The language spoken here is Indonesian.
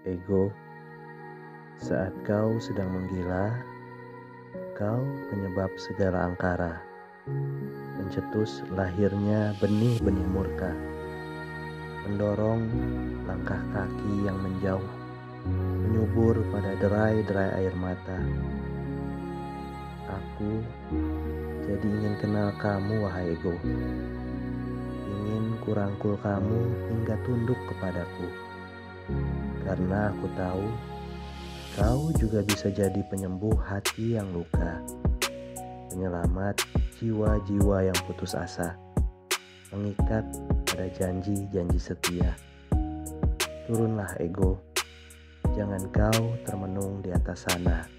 Ego, saat kau sedang menggila, kau penyebab segala angkara, mencetus lahirnya benih-benih murka, mendorong langkah kaki yang menjauh, menyubur pada derai-derai air mata. Aku jadi ingin kenal kamu, wahai ego. Ingin kurangkul kamu hingga tunduk kepadaku. Karena aku tahu kau juga bisa jadi penyembuh hati yang luka, penyelamat jiwa-jiwa yang putus asa, mengikat pada janji-janji setia. Turunlah ego, jangan kau termenung di atas sana.